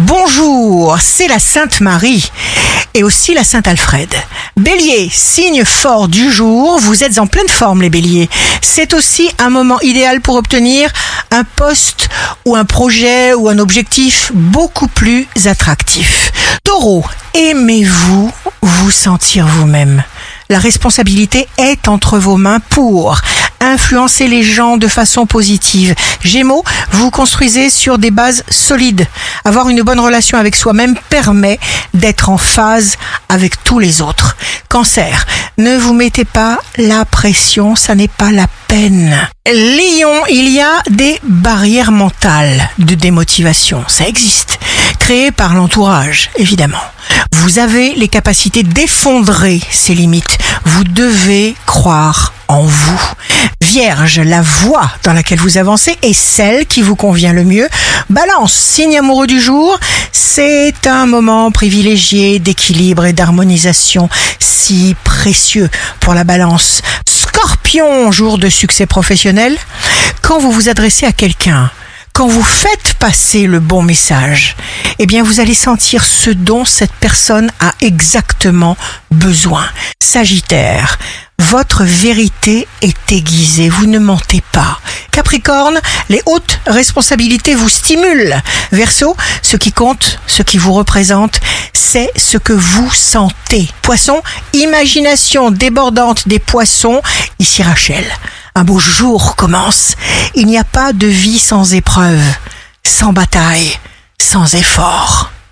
Bonjour, c'est la Sainte Marie et aussi la Sainte Alfred. Bélier, signe fort du jour, vous êtes en pleine forme les béliers. C'est aussi un moment idéal pour obtenir un poste ou un projet ou un objectif beaucoup plus attractif. Taureau, aimez-vous vous sentir vous-même. La responsabilité est entre vos mains pour influencer les gens de façon positive. Gémeaux, vous construisez sur des bases solides. Avoir une bonne relation avec soi-même permet d'être en phase avec tous les autres. Cancer, ne vous mettez pas la pression, ça n'est pas la peine. Lion, il y a des barrières mentales de démotivation, ça existe, créées par l'entourage, évidemment. Vous avez les capacités d'effondrer ces limites. Vous devez croire en vous. Vierge, la voie dans laquelle vous avancez est celle qui vous convient le mieux. Balance, signe amoureux du jour, c'est un moment privilégié d'équilibre et d'harmonisation si précieux pour la balance. Scorpion, jour de succès professionnel, quand vous vous adressez à quelqu'un, quand vous faites passer le bon message, eh bien vous allez sentir ce dont cette personne a exactement besoin. Sagittaire, votre vérité est aiguisée, vous ne mentez pas. Capricorne, les hautes responsabilités vous stimulent. Verseau, ce qui compte, ce qui vous représente, c'est ce que vous sentez. Poisson, imagination débordante des poissons, ici Rachel. Un beau jour commence. Il n'y a pas de vie sans épreuve, sans bataille, sans effort.